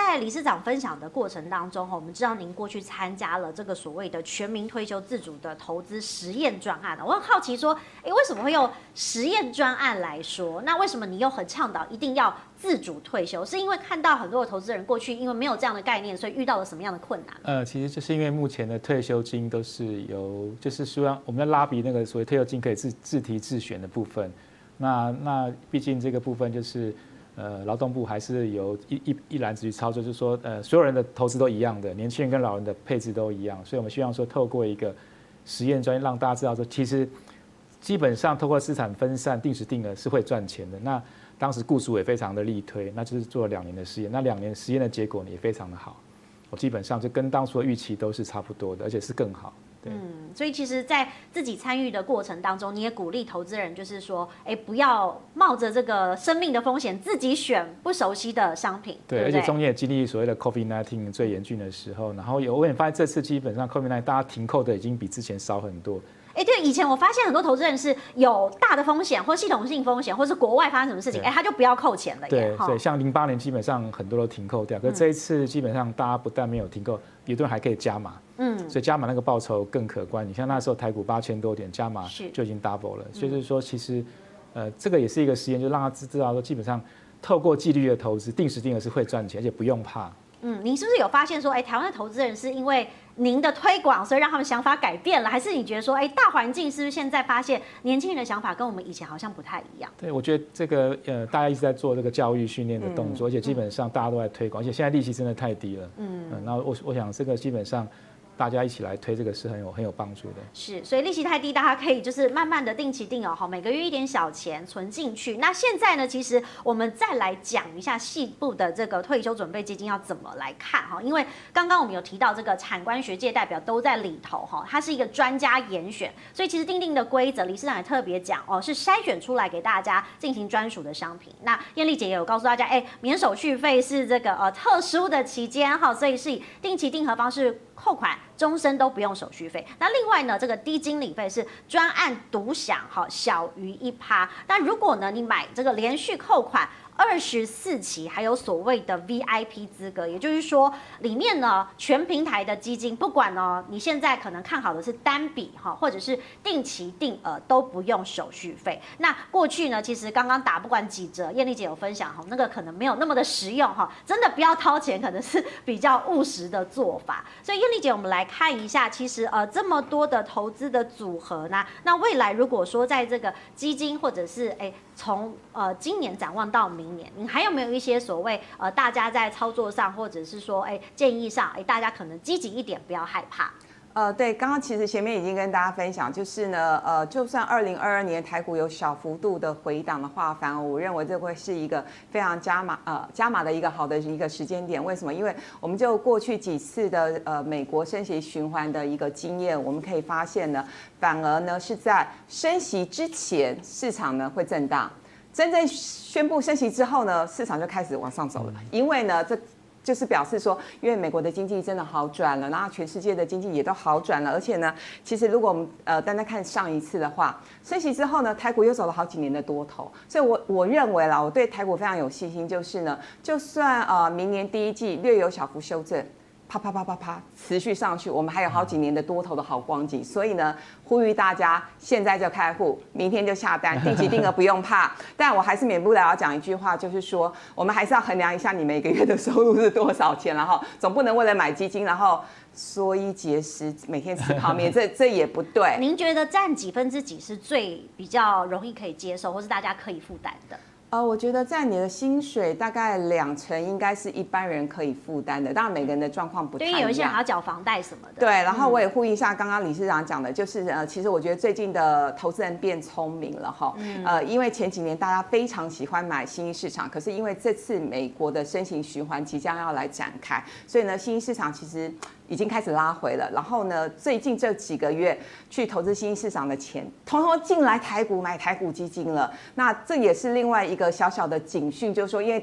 在理事长分享的过程当中，我们知道您过去参加了这个所谓的全民退休自主的投资实验专案，我很好奇说，为什么会用实验专案来说？那为什么你又很倡导一定要自主退休？是因为看到很多的投资人过去因为没有这样的概念，所以遇到了什么样的困难？ 其实就是因为目前的退休金都是由，就是说我们在拉比那个所谓退休金可以自提自选的部分，那毕竟这个部分就是。劳动部还是由一篮子去操作，就是说，所有人的投资都一样的，年轻人跟老人的配置都一样，所以我们希望说，透过一个实验专业，让大家知道说，其实基本上透过资产分散、定时定额是会赚钱的。那当时雇主也非常的力推，那就是做了2年的实验，那2年实验的结果呢也非常的好，我基本上就跟当初的预期都是差不多的，而且是更好。 所以其实，在自己参与的过程当中，你也鼓励投资人，就是说，不要冒着这个生命的风险，自己选不熟悉的商品。对， 而且中间也经历所谓的 COVID-19 最严峻的时候，然后我也发现这次基本上 COVID-19 大家停扣的已经比之前少很多。 对，以前我发现很多投资人是有大的风险，或系统性风险，或是国外发生什么事情，他就不要扣钱了耶。 对，所以像08年基本上很多都停扣掉，可是这一次基本上大家不但没有停扣，有的人还可以加码。所以加码那个报酬更可观。你像那时候台股8000多点，加码就已经 double 了。所以就是说，其实这个也是一个实验，就让他知道说，基本上透过纪律的投资，定时定额是会赚钱，而且不用怕。 您是不是有发现说，台湾的投资人是因为您的推广，所以让他们想法改变了，还是你觉得说，大环境是不是现在发现年轻人的想法跟我们以前好像不太一样？ 对，我觉得这个大家一直在做这个教育训练的动作，而且基本上大家都在推广，而且现在利息真的太低了。然后我想这个基本上。大家一起来推这个是很有帮助的。 是，所以利息太低，大家可以就是慢慢的定期定额，每个月一点小钱存进去。那现在呢，其实我们再来讲一下细部的这个退休准备基金要怎么来看哈，因为刚刚我们有提到这个产官学界代表都在里头哈，它是一个专家严选，所以其实定定的规则，理事长也特别讲是筛选出来给大家进行专属的商品。那燕丽姐也有告诉大家，免手续费是这个特殊的期间哈，所以是以定期定额方式扣款。终身都不用手续费。那另外呢，这个低经理费是专案独享，小于1%。那如果呢，你买这个连续扣款24期，还有所谓的 VIP 资格，也就是说，里面呢全平台的基金，不管呢你现在可能看好的是单笔或者是定期定额，都不用手续费。那过去呢，其实刚刚打不管几折，燕丽姐有分享那个可能没有那么的实用真的不要掏钱，可能是比较务实的做法。所以燕丽姐，我们来看一下，其实这么多的投资的组合呢，那未来如果说在这个基金或者是从今年展望到明年，你还有没有一些所谓大家在操作上，或者是说建议上，大家可能积极一点，不要害怕。 对，刚刚其实前面已经跟大家分享，就是呢，就算2022年台股有小幅度的回档的话，反而我认为这会是一个非常加码的一个好的一个时间点。为什么？因为我们就过去几次的美国升息循环的一个经验，我们可以发现呢，反而呢是在升息之前，市场呢会震荡。真正宣布升息之后呢，市场就开始往上走了，因为呢，这就是表示说，因为美国的经济真的好转了，然后全世界的经济也都好转了，而且呢，其实如果我们单单看上一次的话，升息之后呢，台股又走了好几年的多头，所以我认为啦，我对台股非常有信心，就是呢，就算明年第一季略有小幅修正。啪啪啪啪啪，持续上去，我们还有好几年的多头的好光景，所以呢，呼吁大家现在就开户，明天就下单，定期定额不用怕。但我还是免不了要讲一句话，就是说，我们还是要衡量一下你每个月的收入是多少钱，然后总不能为了买基金，然后缩衣节食，每天吃泡面，这也不对。 您觉得占几分之几是最比较容易可以接受，或是大家可以负担的？ 我觉得在你的薪水大概2成应该是一般人可以负担的，当然每个人的状况不太一样。 对，有一些人还要缴房贷什么的。 对，然后我也呼应一下刚刚理事长讲的，就是其实我觉得最近的投资人变聪明了哈，因为前几年大家非常喜欢买新兴市场，可是因为这次美国的升息循环即将要来展开，所以呢，新兴市场其实已经开始拉回了。然后呢，最近这几个月去投资新兴市场的钱，通通进来台股买台股基金了。那这也是另外一个小小的警讯，就是说，因为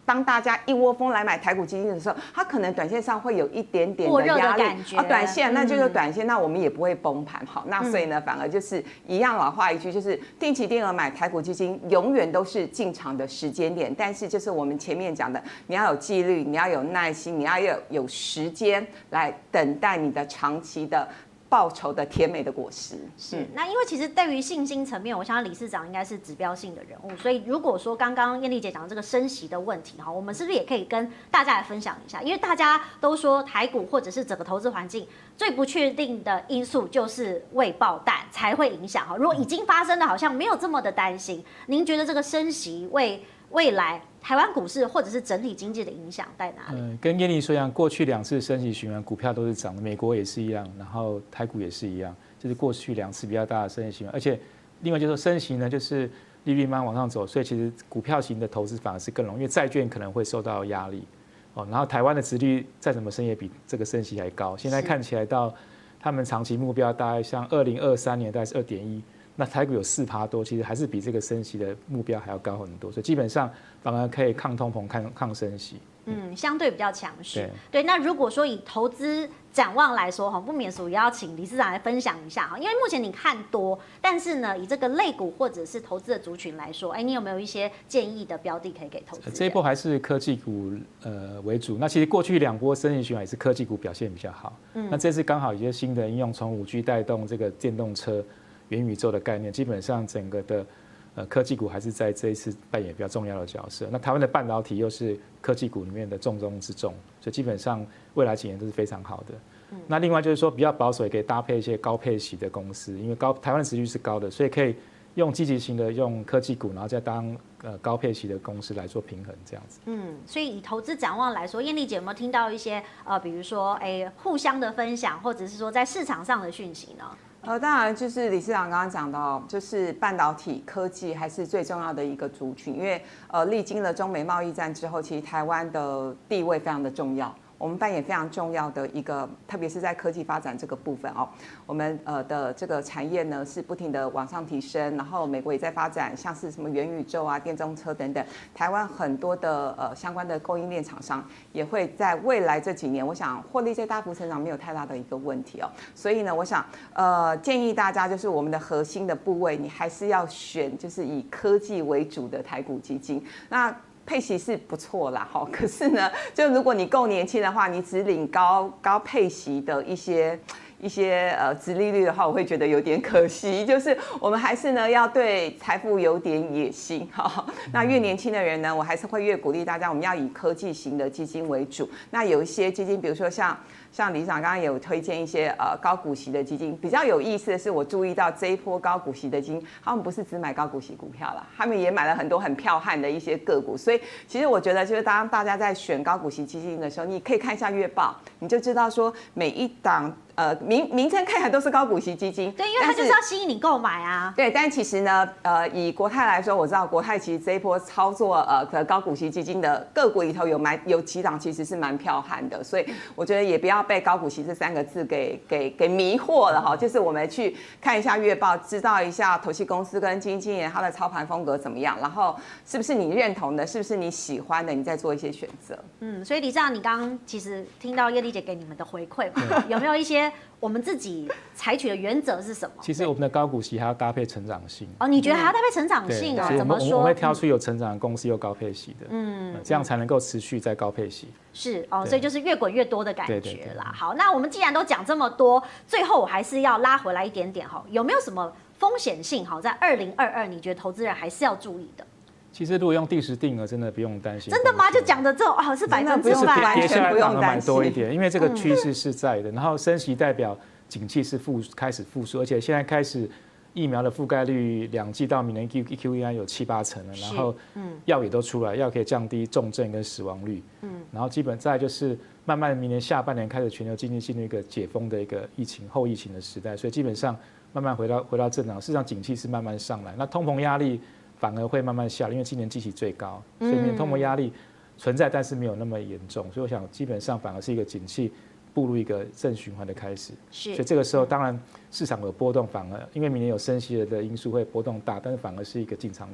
当大家一窝蜂来买台股基金的时候，它可能短线上会有一点点的压力短线那就是短线，那我们也不会崩盘。好，那所以呢，反而就是一样老话一句，就是定期定额买台股基金，永远都是进场的时间点。但是就是我们前面讲的，你要有纪律，你要有耐心，你要有时间来等待你的长期的报酬的甜美的果实。 是，那因为其实对于信心层面，我相信理事长应该是指标性的人物，所以如果说刚刚燕俐姐讲的这个升息的问题，哈，我们是不是也可以跟大家来分享一下？因为大家都说台股或者是整个投资环境最不确定的因素就是未爆弹才会影响哈。如果已经发生的，好像没有这么的担心。您觉得这个升息未来台湾股市或者是整体经济的影响在哪里？ 跟燕俐说一样，过去2次升息循环，股票都是涨的，美国也是一样，然后台股也是一样，就是过去2次比较大的升息循环。而且另外就是说升息呢，就是利率慢慢往上走，所以其实股票型的投资反而是更容易，因为债券可能会受到压力哦。然后台湾的殖利率再怎么升也比这个升息还高，现在看起来到他们长期目标大概像2023年大概是2.1。那台股有4%多，其实还是比这个升息的目标还要高很多，所以基本上反而可以抗通膨、抗升息。 相对比较强势。对，那如果说以投资展望来说，不免俗也要请理事长来分享一下哈，因为目前你看多，但是呢，以这个类股或者是投资的族群来说，你有没有一些建议的标的可以给投资人？ 这一波还是科技股为主。那其实过去2波升息循环也是科技股表现比较好。那这次刚好有些新的应用，从5G 带动这个电动车、元宇宙的概念，基本上整个的科技股还是在这一次扮演比较重要的角色。那台湾的半导体又是科技股里面的重中之重，所以基本上未来几年都是非常好的。那另外就是说比较保守，也可以搭配一些高配息的公司，因为台湾的殖利率是高的，所以可以用积极型的用科技股，然后再当高配息的公司来做平衡，这样子。 所以以投资展望来说，燕俐姐有没有听到一些比如说互相的分享，或者是说在市场上的讯息呢？ 当然就是理事长刚刚讲到，就是半导体科技还是最重要的一个族群，因为历经了中美贸易战之后，其实台湾的地位非常的重要。我们扮演非常重要的一个，特别是在科技发展这个部分哦，我们的这个产业呢是不停的往上提升，然后美国也在发展，像是什么元宇宙啊、电动车等等，台湾很多的相关的供应链厂商也会在未来这几年，我想获利在大幅成长没有太大的一个问题哦，所以呢，我想建议大家就是我们的核心的部位，你还是要选就是以科技为主的台股基金。那配息是不错啦，可是呢，就如果你够年轻的话，你只领高配息的一些殖利率的话，我会觉得有点可惜。就是我们还是呢要对财富有点野心哈。那越年轻的人呢，我还是会越鼓励大家，我们要以科技型的基金为主。那有一些基金，比如说像理事长刚刚也有推荐一些高股息的基金。比较有意思的是，我注意到这一波高股息的基金，他们不是只买高股息股票啦，他们也买了很多很彪悍的一些个股。所以其实我觉得，就是当大家在选高股息基金的时候，你可以看一下月报，你就知道说每一档名称看起来都是高股息基金， 对，因为它就是要吸引你购买啊。 对，但其实呢，以国泰来说，我知道国泰其实这一波操作高股息基金的个股里头有几档其实是蛮彪悍的，所以我觉得也不要被高股息这3个字给迷惑了哈。就是我们去看一下月报，知道一下投信公司跟基金经理人他的操盘风格怎么样，然后是不是你认同的，是不是你喜欢的，你再做一些选择。 所以理事长，你刚刚其实听到燕俐姐给你们的回馈嘛，有没有一些我们自己采取的原则是什么？ 其实我们的高股息还要搭配成长性。 你觉得还要搭配成长性啊？怎么说？ 我们会挑出有成长的公司又高配息的，这样才能够持续在高配息。 是所以就是越滚越多的感觉啦。好，那我们既然都讲这么多，最后我还是要拉回来一点点哈，有没有什么风险性在2022你觉得投资人还是要注意的？ 其实如果用定时定额，真的不用担心。 真的吗？就讲的这种是100%， 跌下来反而买多一点，因为这个趋势是在的。然后升息代表景气是开始复苏，而且现在开始疫苗的覆盖率2剂到明年 QE 有7-8成了，然后药也都出来，药可以降低重症跟死亡率。然后基本再就是慢慢明年下半年开始全球经济进入一个解封的一个后疫情的时代，所以基本上慢慢回到正常，事实上景气是慢慢上来，那通膨压力反而会慢慢下来，因为今年基期最高，所以通膨压力存在，但是没有那么严重，所以我想基本上反而是一个景气步入一个正循环的开始。所以这个时候当然市场有波动，反而因为明年有升息的因素会波动大，但是反而是一个进场点。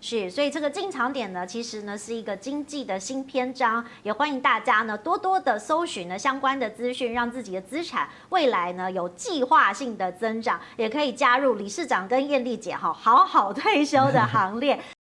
是，所以这个进场点呢，其实呢是一个经济的新篇章，也欢迎大家呢多多的搜寻呢相关的资讯，让自己的资产未来呢有计划性的增长，也可以加入理事长跟艳丽姐好好退休的行列。